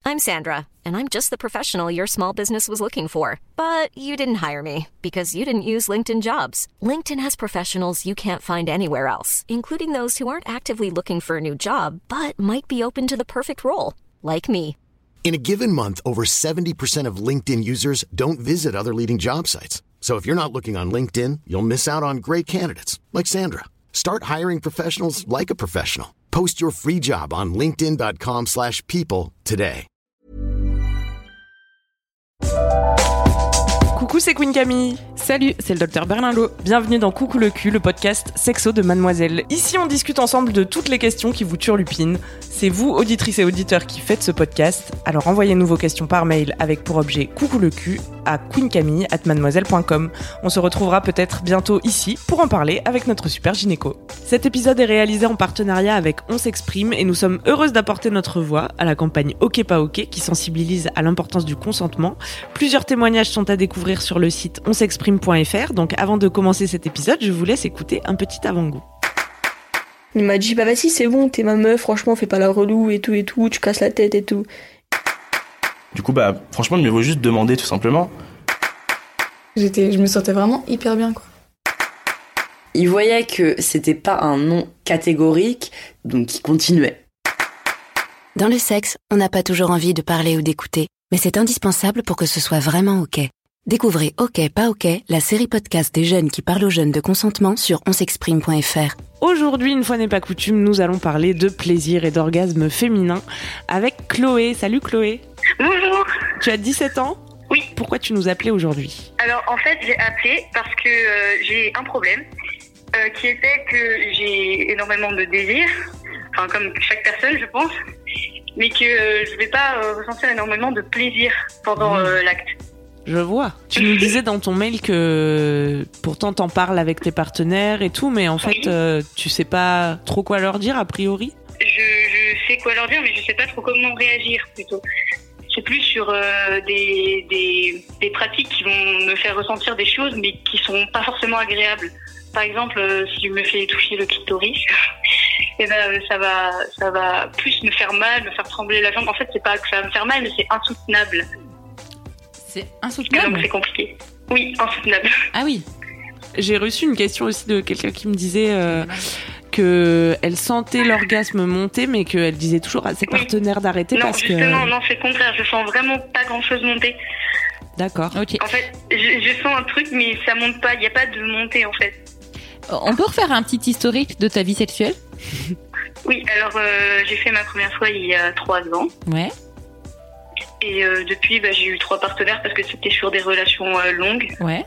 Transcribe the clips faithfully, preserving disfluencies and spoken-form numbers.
I'm Sandra, and I'm just the professional your small business was looking for. But you didn't hire me because you didn't use LinkedIn Jobs. LinkedIn has professionals you can't find anywhere else, including those who aren't actively looking for a new job, but might be open to the perfect role, like me. In a given month, over seventy percent of LinkedIn users don't visit other leading job sites. So if you're not looking on LinkedIn, you'll miss out on great candidates like Sandra. Start hiring professionals like a professional. Post your free job on linkedin dot com slash people today. Coucou, c'est Queen Camille. Salut, c'est le docteur Berlingot. Bienvenue dans Coucou le cul, le podcast sexo de Mademoiselle. Ici, on discute ensemble de toutes les questions qui vous turlupinent. C'est vous, auditrices et auditeurs, qui faites ce podcast. Alors envoyez-nous vos questions par mail avec pour objet Coucou le cul à queencamille arobase mademoiselle point com. On se retrouvera peut-être bientôt ici pour en parler avec notre super gynéco. Cet épisode est réalisé en partenariat avec On s'exprime et nous sommes heureuses d'apporter notre voix à la campagne Ok pas ok qui sensibilise à l'importance du consentement. Plusieurs témoignages sont à découvrir sur le site on s'exprime point f r. Donc avant de commencer cet épisode, je vous laisse écouter un petit avant-goût. Il m'a dit bah vas-y c'est bon, t'es ma meuf, franchement fais pas la relou et tout et tout, tu casses la tête et tout. Du coup bah franchement il me vaut juste demander tout simplement. J'étais, je me sentais vraiment hyper bien quoi. Il voyait que c'était pas un non catégorique, donc il continuait. Dans le sexe, on n'a pas toujours envie de parler ou d'écouter, mais c'est indispensable pour que ce soit vraiment ok. Découvrez Ok pas ok, la série podcast des jeunes qui parlent aux jeunes de consentement sur on s'exprime point f r. Aujourd'hui, une fois n'est pas coutume, nous allons parler de plaisir et d'orgasme féminin avec Chloé. Salut Chloé. Bonjour. Tu as dix-sept ans ? Oui. Pourquoi tu nous appelais aujourd'hui ? Alors en fait, j'ai appelé parce que euh, j'ai un problème euh, qui était que j'ai énormément de désir, enfin comme chaque personne je pense, mais que euh, je vais pas euh, ressentir énormément de plaisir pendant mmh. euh, l'acte. Je vois. Tu nous disais dans ton mail que pourtant t'en parles avec tes partenaires et tout, mais en fait, oui. euh, tu sais pas trop quoi leur dire a priori ? Je, je sais quoi leur dire, mais je sais pas trop comment réagir plutôt. C'est plus sur euh, des, des, des pratiques qui vont me faire ressentir des choses, mais qui sont pas forcément agréables. Par exemple, euh, si je me fais toucher le clitoris, et ben ça va, ça va plus me faire mal, me faire trembler la jambe. En fait, c'est pas que ça va me faire mal, mais c'est insoutenable. C'est insoutenable. Donc c'est compliqué. Oui, insoutenable. Ah oui. J'ai reçu une question aussi de quelqu'un qui me disait euh, qu'elle sentait l'orgasme monter, mais qu'elle disait toujours à ses oui. partenaires d'arrêter non, parce que... Non, justement, non, c'est le contraire. Je sens vraiment pas grand-chose monter. D'accord. Ok. En fait, je, je sens un truc, mais ça monte pas. Il n'y a pas de montée, en fait. On peut refaire un petit historique de ta vie sexuelle ? Oui, alors euh, j'ai fait ma première fois il y a trois ans. Ouais. Et euh, depuis, bah, j'ai eu trois partenaires parce que c'était sur des relations euh, longues. Ouais.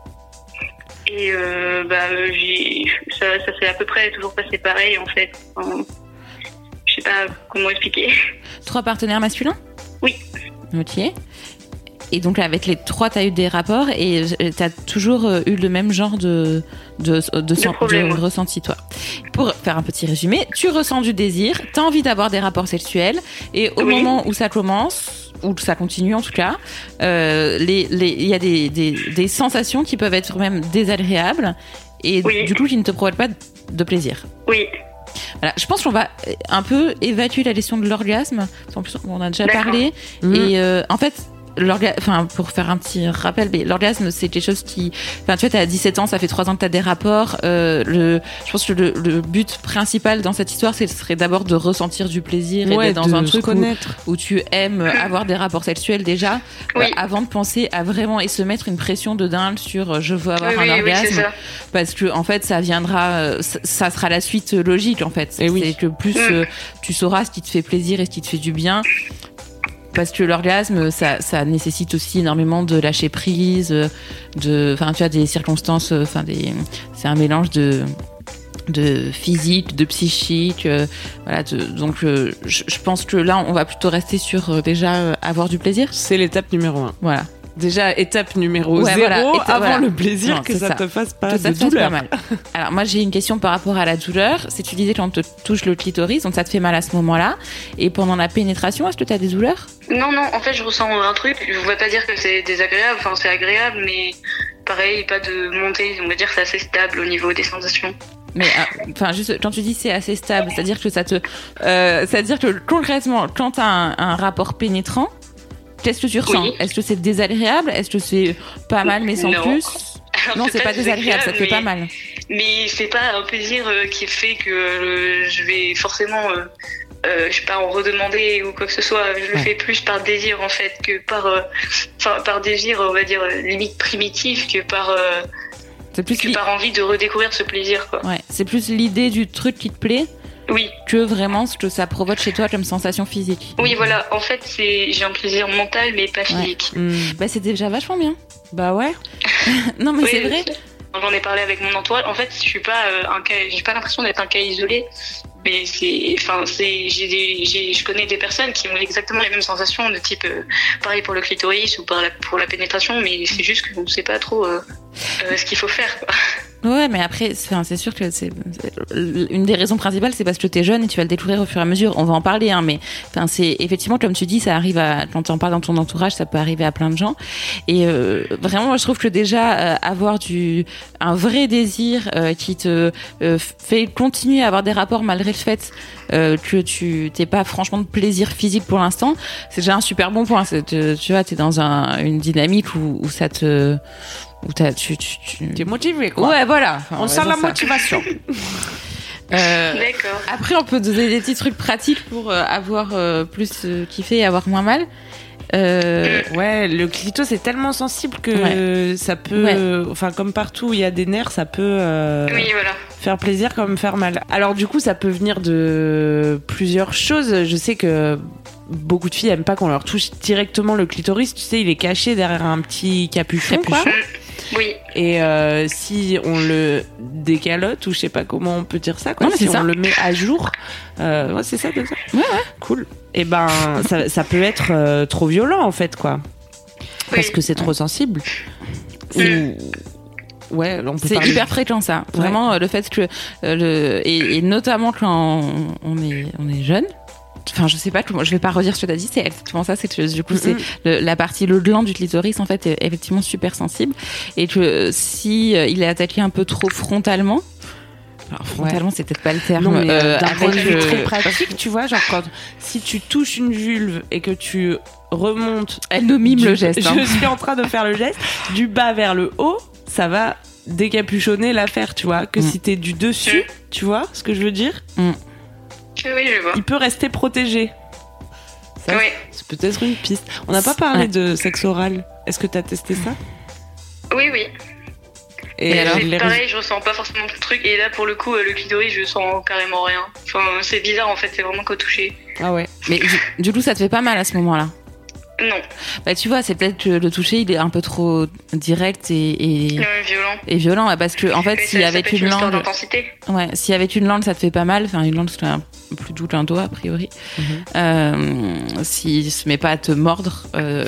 Et euh, bah, j'ai, ça, ça s'est à peu près toujours passé pareil, en fait. Enfin, je sais pas comment expliquer. Trois partenaires masculins ? Oui. Ok. Et donc, avec les trois, tu as eu des rapports et tu as toujours eu le même genre de, de, de, de, sen- problème, de ouais. ressenti, toi. Pour faire un petit résumé, tu ressens du désir, tu as envie d'avoir des rapports sexuels et au oui. moment où ça commence, ou ça continue en tout cas, euh, les, les, il y a des, des, des sensations qui peuvent être même désagréables et oui. du coup qui ne te provoquent pas de plaisir. Oui. Voilà, je pense qu'on va un peu évacuer la question de l'orgasme. En plus, on en a déjà D'accord. parlé. Mmh. Et euh, en fait, L'orga... Enfin, pour faire un petit rappel, mais l'orgasme, c'est quelque chose qui... Enfin, tu vois, t'as dix-sept ans, ça fait trois ans que t'as des rapports. Euh, le... Je pense que le, le but principal dans cette histoire, ce serait d'abord de ressentir du plaisir ouais, et d'être dans un truc où, où tu aimes avoir des rapports sexuels déjà, oui. euh, avant de penser à vraiment et se mettre une pression de dingue sur je veux avoir oui, un oui, orgasme. Oui, c'est ça. Parce que, en fait, ça viendra... Ça, ça sera la suite logique, en fait. Et c'est oui. que plus mmh. euh, tu sauras ce qui te fait plaisir et ce qui te fait du bien... Parce que l'orgasme, ça, ça nécessite aussi énormément de lâcher prise, de, enfin, tu as des circonstances, enfin, des, c'est un mélange de, de physique, de psychique, euh, voilà. De, donc, euh, je, je pense que là, on va plutôt rester sur euh, déjà euh, avoir du plaisir. C'est l'étape numéro un. Voilà. Déjà, étape numéro ouais, zéro, voilà, étape, avant voilà. le plaisir, non, que ça, ça te fasse pas que de ça te douleur. Fasse pas mal. Alors, moi, j'ai une question par rapport à la douleur. C'est tu disais quand on te touche le clitoris, donc ça te fait mal à ce moment-là. Et pendant la pénétration, est-ce que tu as des douleurs ? Non, non, en fait, je ressens un truc. Je ne voudrais pas dire que c'est désagréable, enfin, c'est agréable, mais pareil, pas de montée. On va dire que c'est assez stable au niveau des sensations. Mais enfin, euh, juste quand tu dis c'est assez stable, c'est-à-dire que ça te, euh, c'est-à-dire que concrètement, quand t'as un, un rapport pénétrant, qu'est-ce que tu ressens? Oui. Est-ce que c'est désagréable? Est-ce que c'est pas mal mais sans non. plus? Alors, non, c'est, c'est pas, pas désagréable, ça te fait mais, pas mal. Mais c'est pas un plaisir euh, qui fait que euh, je vais forcément, euh, euh, je sais pas, en redemander ou quoi que ce soit. Je le ouais. fais plus par désir en fait que par, enfin euh, par désir, on va dire limite primitif que par. Euh, C'est plus que li... par envie de redécouvrir ce plaisir, quoi. Ouais, c'est plus l'idée du truc qui te plaît. Oui. Que vraiment ce que ça provoque chez toi comme sensation physique. Oui, voilà. En fait, c'est j'ai un plaisir mental, mais pas physique. Ouais. Mmh. Bah, c'est déjà vachement bien. Bah ouais. non, mais oui, c'est vrai. J'en ai parlé avec mon entourage. En fait, je suis pas euh, un cas. J'ai pas l'impression d'être un cas isolé. Mais c'est, enfin, c'est, j'ai des, j'ai, je connais des personnes qui ont exactement les mêmes sensations de type, euh, pareil pour le clitoris ou pour la, pour la pénétration, mais c'est juste qu'on ne sait pas trop euh, euh, ce qu'il faut faire, quoi. Ouais, mais après, c'est, c'est sûr que c'est, c'est une des raisons principales, c'est parce que t'es jeune et tu vas le découvrir au fur et à mesure. On va en parler, hein, mais enfin, c'est effectivement comme tu dis, ça arrive à quand t'en parles dans ton entourage, ça peut arriver à plein de gens. Et euh, vraiment, moi, je trouve que déjà euh, avoir du un vrai désir euh, qui te euh, fait continuer à avoir des rapports malgré le fait euh, que tu t'es pas franchement de plaisir physique pour l'instant, c'est déjà un super bon point. C'est, tu, tu vois, t'es dans un, une dynamique où, où ça te où t'as, tu, tu, tu... T'es motivé, quoi. Ouais, voilà. Enfin, on, on sent la ça. motivation. euh, D'accord. Après, on peut donner des petits trucs pratiques pour euh, avoir euh, plus euh, kiffé et avoir moins mal. Euh... Ouais, le clito c'est tellement sensible que ouais. ça peut, ouais. enfin comme partout où il y a des nerfs, ça peut euh, oui, voilà. faire plaisir comme faire mal. Alors du coup, ça peut venir de plusieurs choses. Je sais que beaucoup de filles aiment pas qu'on leur touche directement le clitoris. Tu sais, il est caché derrière un petit capuchon, capuchon. quoi. Oui. Et euh, si on le décalote, ou je sais pas comment on peut dire ça, quoi. Non, si on ça. le met à jour, euh, ouais, c'est ça, c'est ça. Ouais, ouais. Cool. Et ben, ça, ça peut être euh, trop violent en fait, quoi. Oui. Parce que c'est trop sensible. Oui. Ou... Ouais, on peut c'est parler... hyper fréquent ça. Vraiment, ouais. Le fait que euh, le et, et notamment quand on, on est on est jeune. Enfin, je sais pas comment, je vais pas redire ce que t'as dit, c'est exactement ça, c'est que du coup, mm-hmm. c'est le, la partie, le gland du clitoris, en fait, est effectivement super sensible. Et que si euh, il est attaqué un peu trop frontalement, alors frontalement, ouais. c'est peut-être pas le terme, non, mais euh, d'un point de vue le... très pratique, tu vois, genre quand, si tu touches une vulve et que tu remontes. Elle nous mime du, le geste. Hein. Je suis en train de faire le geste, du bas vers le haut, ça va décapuchonner l'affaire, tu vois, que mm. si t'es du dessus, mm. tu vois ce que je veux dire? Mm. Oui, je vois. Il peut rester protégé. Ça, oui. C'est peut-être une piste. On n'a pas parlé ouais. de sexe oral. Est-ce que tu as testé ça? Oui, oui. Et, et alors, c'est les pareil, je ressens pas forcément de truc. Et là, pour le coup, le clitoris, je sens carrément rien. Enfin, c'est bizarre en fait, c'est vraiment qu'au toucher. Ah ouais. Mais du, du coup, ça te fait pas mal à ce moment-là? Non. Bah tu vois, c'est peut-être que le toucher il est un peu trop direct et, et ouais, violent. Et violent parce que en fait, s'il y avait une langue, ouais, s'il y avait une langue, ça te fait pas mal. Enfin, une langue c'est un peu plus doux qu'un doigt a priori. Mm-hmm. Euh, s'il se met pas à te mordre, euh...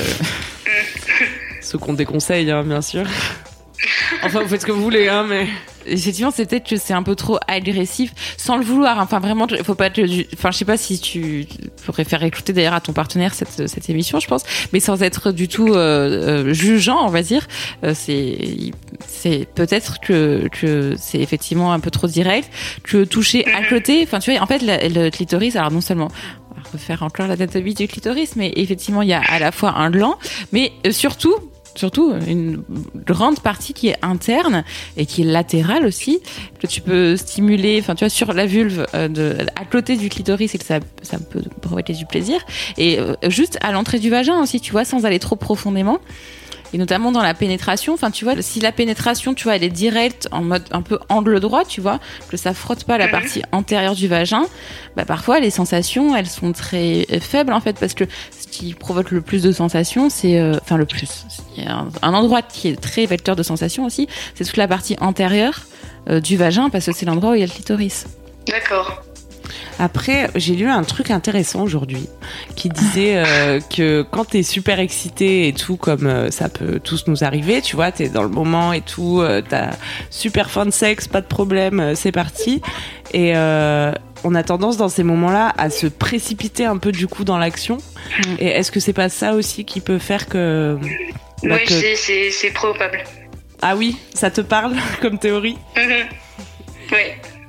ce qu'on déconseille, hein, bien sûr. Enfin, vous faites ce que vous voulez, hein, mais effectivement, c'est peut-être que c'est un peu trop agressif, sans le vouloir. Enfin, vraiment, il faut pas te. Enfin, je sais pas si tu pourrais faire écouter d'ailleurs à ton partenaire cette cette émission, je pense, mais sans être du tout euh, euh, jugeant, on va dire. Euh, c'est c'est peut-être que que c'est effectivement un peu trop direct, que toucher à côté. Enfin, tu vois, en fait, le, le clitoris, alors non seulement on va refaire encore l'anatomie du clitoris, mais effectivement, il y a à la fois un gland, mais surtout. Surtout une grande partie qui est interne et qui est latérale aussi, que tu peux stimuler, enfin tu vois, sur la vulve euh, de, à côté du clitoris et que ça, ça peut provoquer du plaisir. Et euh, juste à l'entrée du vagin aussi, tu vois, sans aller trop profondément. Et notamment dans la pénétration, enfin tu vois, si la pénétration, tu vois, elle est directe en mode un peu angle droit, tu vois, que ça frotte pas la partie antérieure du vagin, bah parfois les sensations, elles sont très faibles en fait, parce que ce qui provoque le plus de sensations, c'est, euh, enfin le plus, il y a un, un endroit qui est très vecteur de sensations aussi, c'est toute la partie antérieure euh, du vagin, parce que c'est l'endroit où il y a le clitoris. D'accord. Après, j'ai lu un truc intéressant aujourd'hui qui disait euh, que quand t'es super excité et tout, comme euh, ça peut tous nous arriver, tu vois, t'es dans le moment et tout, euh, t'as super faim de sexe, pas de problème, euh, c'est parti. Et euh, on a tendance dans ces moments-là à se précipiter un peu du coup dans l'action. Mmh. Et est-ce que c'est pas ça aussi qui peut faire que... Bah, oui, que... C'est, c'est, c'est probable. Ah oui, ça te parle comme théorie? Mmh. Oui.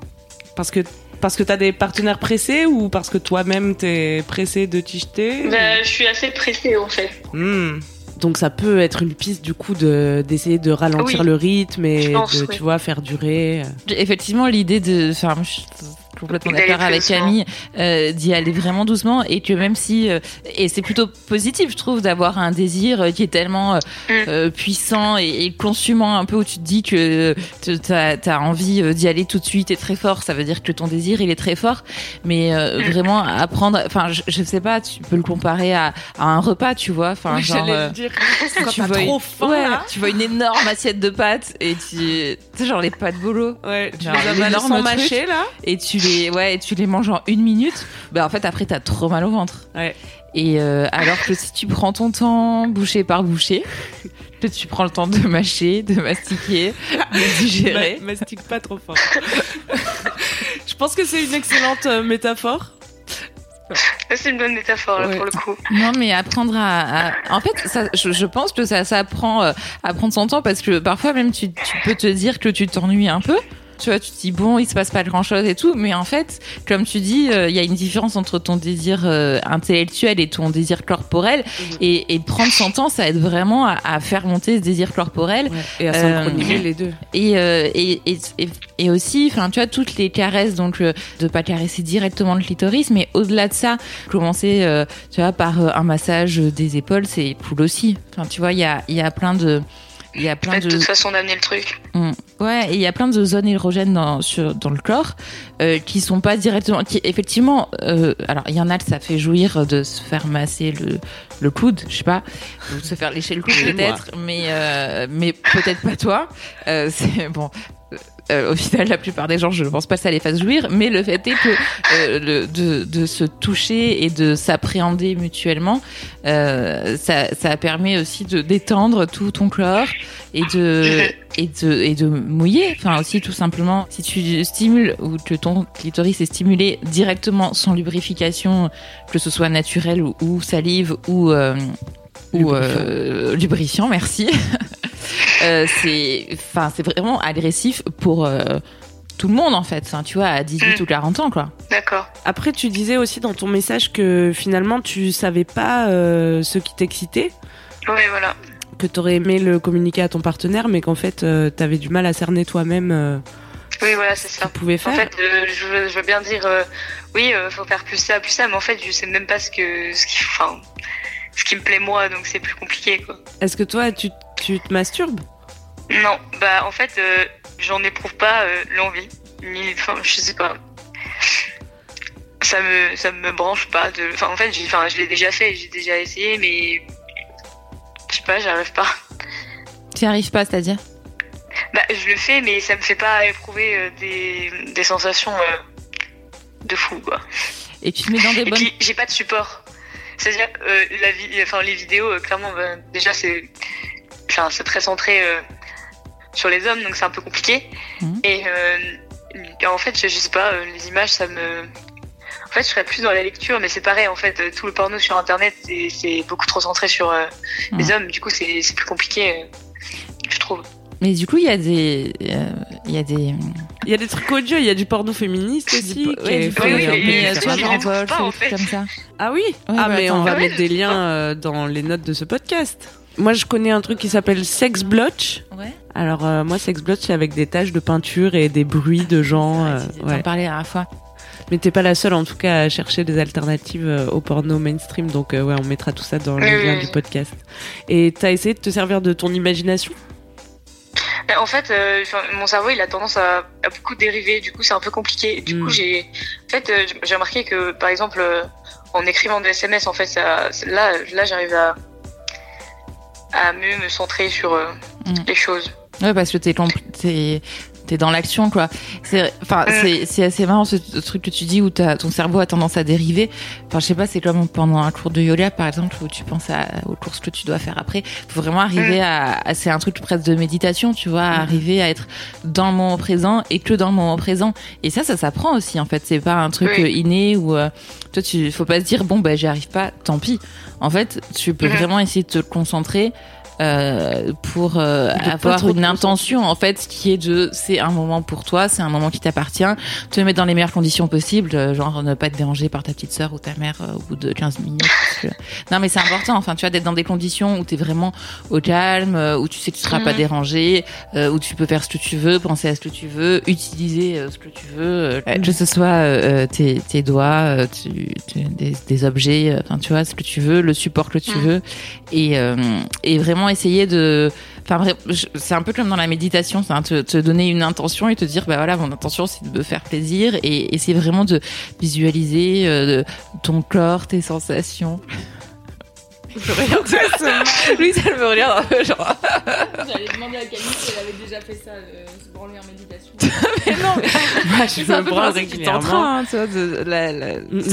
Parce que parce que t'as des partenaires pressés ou parce que toi-même t'es pressé de t'y jeter? Bah, je suis assez pressée en fait. Mmh. Donc ça peut être une piste du coup de d'essayer de ralentir oui. le rythme et pense, de oui. tu vois faire durer. Effectivement, l'idée de, enfin, je suis complètement d'accord avec Camille, euh, d'y aller vraiment doucement et que même si euh, et c'est plutôt positif, je trouve, d'avoir un désir qui est tellement euh, mm. euh, puissant et, et consumant un peu où tu te dis que t'as t'as envie d'y aller tout de suite et très fort. Ça veut dire que ton désir il est très fort, mais euh, mm. vraiment apprendre. Enfin, je, je sais pas, tu peux le comparer à, à un repas, tu vois. Enfin, oui, genre. J'allais le dire. Quand tu t'as vois trop faim, ouais, là. Tu vois une énorme assiette de pâtes et tu, tu sais genre les pâtes bolo. Ouais, tu les avales sans mâcher là. Et tu les, ouais, et tu les manges en une minute. Bah en fait après t'as trop mal au ventre. Ouais. Et euh, alors que si tu prends ton temps, bouchée par bouchée, que tu prends le temps de mâcher, de mastiquer, de digérer. Ma- mastique pas trop fort. Je pense que c'est une excellente euh, métaphore. C'est une bonne métaphore là, ouais. pour le coup. Non mais apprendre à, à... en fait ça, je, je pense que ça, ça apprend euh, à prendre son temps parce que parfois même tu, tu peux te dire que tu t'ennuies un peu. Tu vois, tu te dis bon, il se passe pas grand chose et tout, mais en fait, comme tu dis, il euh, y a une différence entre ton désir euh, intellectuel et ton désir corporel, mmh. et, et prendre son temps, ça aide vraiment à, à faire monter ce désir corporel ouais. et à synchroniser euh, les deux. Et, euh, et, et, et, et aussi, enfin, tu vois, toutes les caresses, donc euh, de pas caresser directement le clitoris, mais au-delà de ça, commencer, euh, tu vois, par euh, un massage des épaules, c'est cool aussi. Enfin, tu vois, il y a, il y a plein de Il y a plein de... de toute façon d'amener le truc. Mmh. Ouais, et il y a plein de zones érogènes dans, sur, dans le corps euh, qui sont pas directement... Qui, effectivement, euh, alors il y en a, ça fait jouir de se faire masser le, le coude, je sais pas, ou de se faire lécher le coude peut-être, mais, euh, mais peut-être pas toi. Euh, c'est bon... Euh, au final, la plupart des gens, je ne pense pas que ça les fasse jouir, mais le fait est que euh, le, de, de se toucher et de s'appréhender mutuellement, euh, ça, ça permet aussi de détendre tout ton corps et de, et de, et de mouiller. Enfin, aussi, tout simplement, si tu stimules ou que ton clitoris est stimulé directement sans lubrification, que ce soit naturel ou, ou salive ou, euh, ou euh, lubrifiant, merci. Euh, c'est, enfin, c'est vraiment agressif pour euh, tout le monde en fait. Enfin, tu vois, à dix-huit mmh. ou quarante ans, quoi. D'accord. Après, tu disais aussi dans ton message que finalement, tu savais pas euh, ce qui t'excitait. Oui, voilà. Que t'aurais aimé le communiquer à ton partenaire, mais qu'en fait, euh, t'avais du mal à cerner toi-même. Euh, oui, voilà, c'est ça. Tu pouvais faire. En fait, euh, je, veux, je veux bien dire, euh, oui, euh, faut faire plus ça, plus ça, mais en fait, je sais même pas ce que, ce qui, enfin, ce qui me plaît moi, donc c'est plus compliqué, quoi. Est-ce que toi, tu Tu te masturbes? Non, bah en fait, euh, j'en éprouve pas euh, l'envie. Ni, enfin, je sais pas. Ça me, ça me branche pas. De, enfin, en fait, j'ai, enfin, je l'ai déjà fait, j'ai déjà essayé, mais je sais pas, j'arrive pas. Tu n'y arrives pas, c'est-à-dire? Bah, je le fais, mais ça me fait pas éprouver euh, des, des sensations euh, de fou, quoi. Et tu te mets dans des Et bonnes. puis, j'ai pas de support. C'est-à-dire, euh, la vi- enfin, les vidéos, euh, clairement, bah, déjà, c'est. Enfin, c'est très centré euh, sur les hommes, donc c'est un peu compliqué. Mmh. Et euh, en fait, je, je sais pas, euh, les images, ça me... En fait, je serais plus dans la lecture, mais c'est pareil, en fait, euh, tout le porno sur Internet, c'est, c'est beaucoup trop centré sur euh, mmh. les hommes. Du coup, c'est, c'est plus compliqué, euh, je trouve. Mais du coup, il y a des... Il euh, y a des... Il y a des trucs odieux, il y a du porno féministe aussi. Ouais, oui, oui, mais il tu vois, Grand Wolf, pas, en des trucs fait. comme ça. Ah oui ouais, Ah, bah, mais attends, on va ouais, mettre des liens euh, dans les notes de ce podcast. Moi, je connais un truc qui s'appelle Sex Blotch. Ouais. Alors, euh, moi, Sex Blotch, c'est avec des taches de peinture et des bruits de gens. Ouais, euh, tu ouais. en parlais la dernière fois. Mais t'es pas la seule, en tout cas, à chercher des alternatives euh, au porno mainstream. Donc, euh, ouais, on mettra tout ça dans le oui, lien oui. du podcast. Et t'as essayé de te servir de ton imagination ? En fait, euh, mon cerveau, il a tendance à, à beaucoup dériver. Du coup, c'est un peu compliqué. Du mmh. coup, j'ai, en fait, euh, j'ai remarqué que, par exemple, euh, en écrivant des S M S, en fait, ça, là, là, j'arrive à à mieux me centrer sur euh, mmh. les choses. Ouais, parce que t'es, t'es, t'es dans l'action, quoi. C'est, enfin, mmh. c'est, c'est assez marrant ce, ce truc que tu dis où t'as, ton cerveau a tendance à dériver. Enfin, je sais pas, c'est comme pendant un cours de yoga, par exemple, où tu penses à, aux courses que tu dois faire après. Faut vraiment arriver mmh. à, à, c'est un truc presque de méditation, tu vois, à arriver à être dans le moment présent et que dans le moment présent. Et ça, ça s'apprend aussi, en fait. C'est pas un truc oui. inné où, euh, toi, tu, faut pas se dire, bon, bah, j'y arrive pas, tant pis. En fait, tu peux mmh. vraiment essayer de te concentrer euh, pour euh, avoir une intention en fait qui est de c'est un moment pour toi, c'est un moment qui t'appartient, te mettre dans les meilleures conditions possibles, genre ne pas être dérangé par ta petite sœur ou ta mère euh, au bout de quinze minutes. Que... Non mais c'est important, enfin tu vois, d'être dans des conditions où t'es vraiment au calme, euh, où tu sais que tu seras mmh. pas dérangé, euh, où tu peux faire ce que tu veux, penser à ce que tu veux, utiliser euh, ce que tu veux, euh, mmh. que ce soit euh, tes, tes doigts, euh, tu, tu, des, des objets, enfin euh, tu vois, ce que tu veux, le support que tu mmh. veux, et, euh, et vraiment essayer de... Enfin, c'est un peu comme dans la méditation, c'est te, te donner une intention et te dire, bah voilà, mon intention, c'est de me faire plaisir et essayer vraiment de visualiser euh, ton corps, tes sensations. Je regarde ça. Lui, ça me regarde genre. J'allais demander à Camille si elle avait déjà fait ça, euh, se branler en méditation. Mais non, mais moi, je me branle régulièrement. T'es en train, hein, tu vois, de la. la...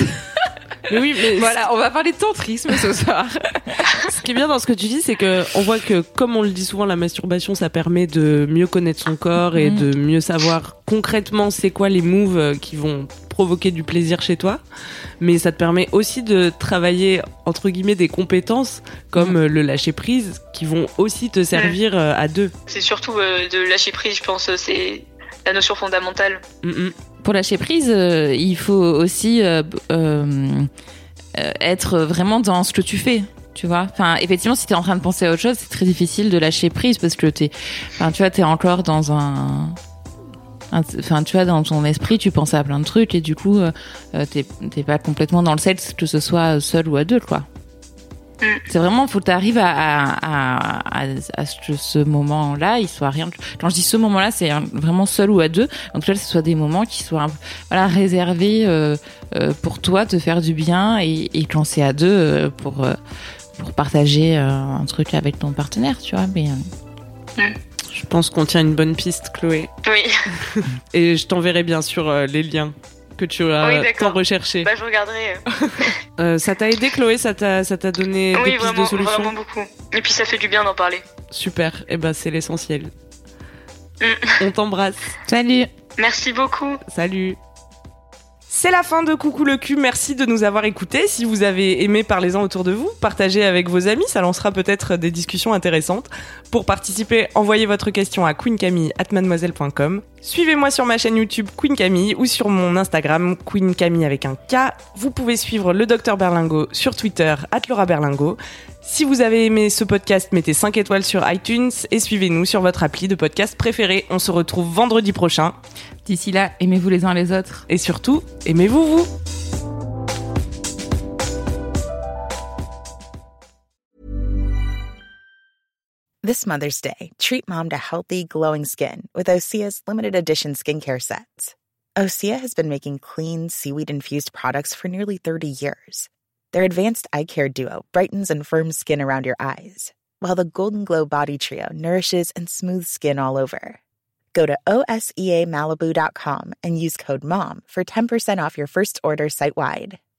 Mais oui, mais voilà, on va parler de tantrisme ce soir. Ce qui est bien dans ce que tu dis, c'est que on voit que, comme on le dit souvent, la masturbation, ça permet de mieux connaître son corps et mmh. de mieux savoir concrètement c'est quoi les moves qui vont provoquer du plaisir chez toi. Mais ça te permet aussi de travailler, entre guillemets, des compétences comme mmh. le lâcher prise qui vont aussi te servir mmh. à deux. C'est surtout euh, de lâcher prise, je pense, c'est la notion fondamentale. Mmh. Pour lâcher prise, euh, il faut aussi euh, euh, être vraiment dans ce que tu fais. Tu vois, enfin, effectivement, si t'es en train de penser à autre chose, c'est très difficile de lâcher prise parce que t'es, enfin, tu vois, t'es encore dans un, enfin, tu vois, dans ton esprit, tu penses à plein de trucs et du coup, euh, t'es, t'es pas complètement dans le sexe, que ce soit seul ou à deux, quoi. Mm. C'est vraiment, faut que t'arrives à, à, à, à, à ce que ce moment-là, il soit rien. Quand je dis ce moment-là, c'est vraiment seul ou à deux. En tout cas, ce soit des moments qui soient, voilà, réservés euh, euh, pour toi, te faire du bien et, et quand c'est à deux, euh, pour euh, pour partager euh, un truc avec ton partenaire, tu vois. Mais euh... mm. Je pense qu'on tient une bonne piste, Chloé. Oui. Et je t'enverrai bien sûr euh, les liens que tu as oui, tant recherché. Bah, je regarderai. euh, ça t'a aidé, Chloé? Ça t'a, ça t'a donné oui, des pistes vraiment, de solutions? Oui, vraiment beaucoup. Et puis ça fait du bien d'en parler. Super. Et eh ben, c'est l'essentiel. Mm. On t'embrasse. Salut. Merci beaucoup. Salut. C'est la fin de Coucou le cul, merci de nous avoir écoutés. Si vous avez aimé, parlez-en autour de vous, partagez avec vos amis, ça lancera peut-être des discussions intéressantes. Pour participer, envoyez votre question à queencamille arobase mademoiselle point com. Suivez-moi sur ma chaîne YouTube Queen Camille ou sur mon Instagram Queen Camille avec un K. Vous pouvez suivre le docteur Berlingot sur Twitter arobase Laura Berlingot. Si vous avez aimé ce podcast, mettez cinq étoiles sur iTunes et suivez-nous sur votre appli de podcast préféré. On se retrouve vendredi prochain. D'ici là, aimez-vous les uns les autres. Et surtout, aimez-vous vous. This Mother's Day, treat mom to healthy, glowing skin with Osea's limited edition skincare sets. Osea has been making clean, seaweed-infused products for nearly thirty years. Their advanced eye care duo brightens and firms skin around your eyes, while the Golden Glow Body Trio nourishes and smooths skin all over. Go to O S E A Malibu dot com and use code MOM for ten percent off your first order site-wide.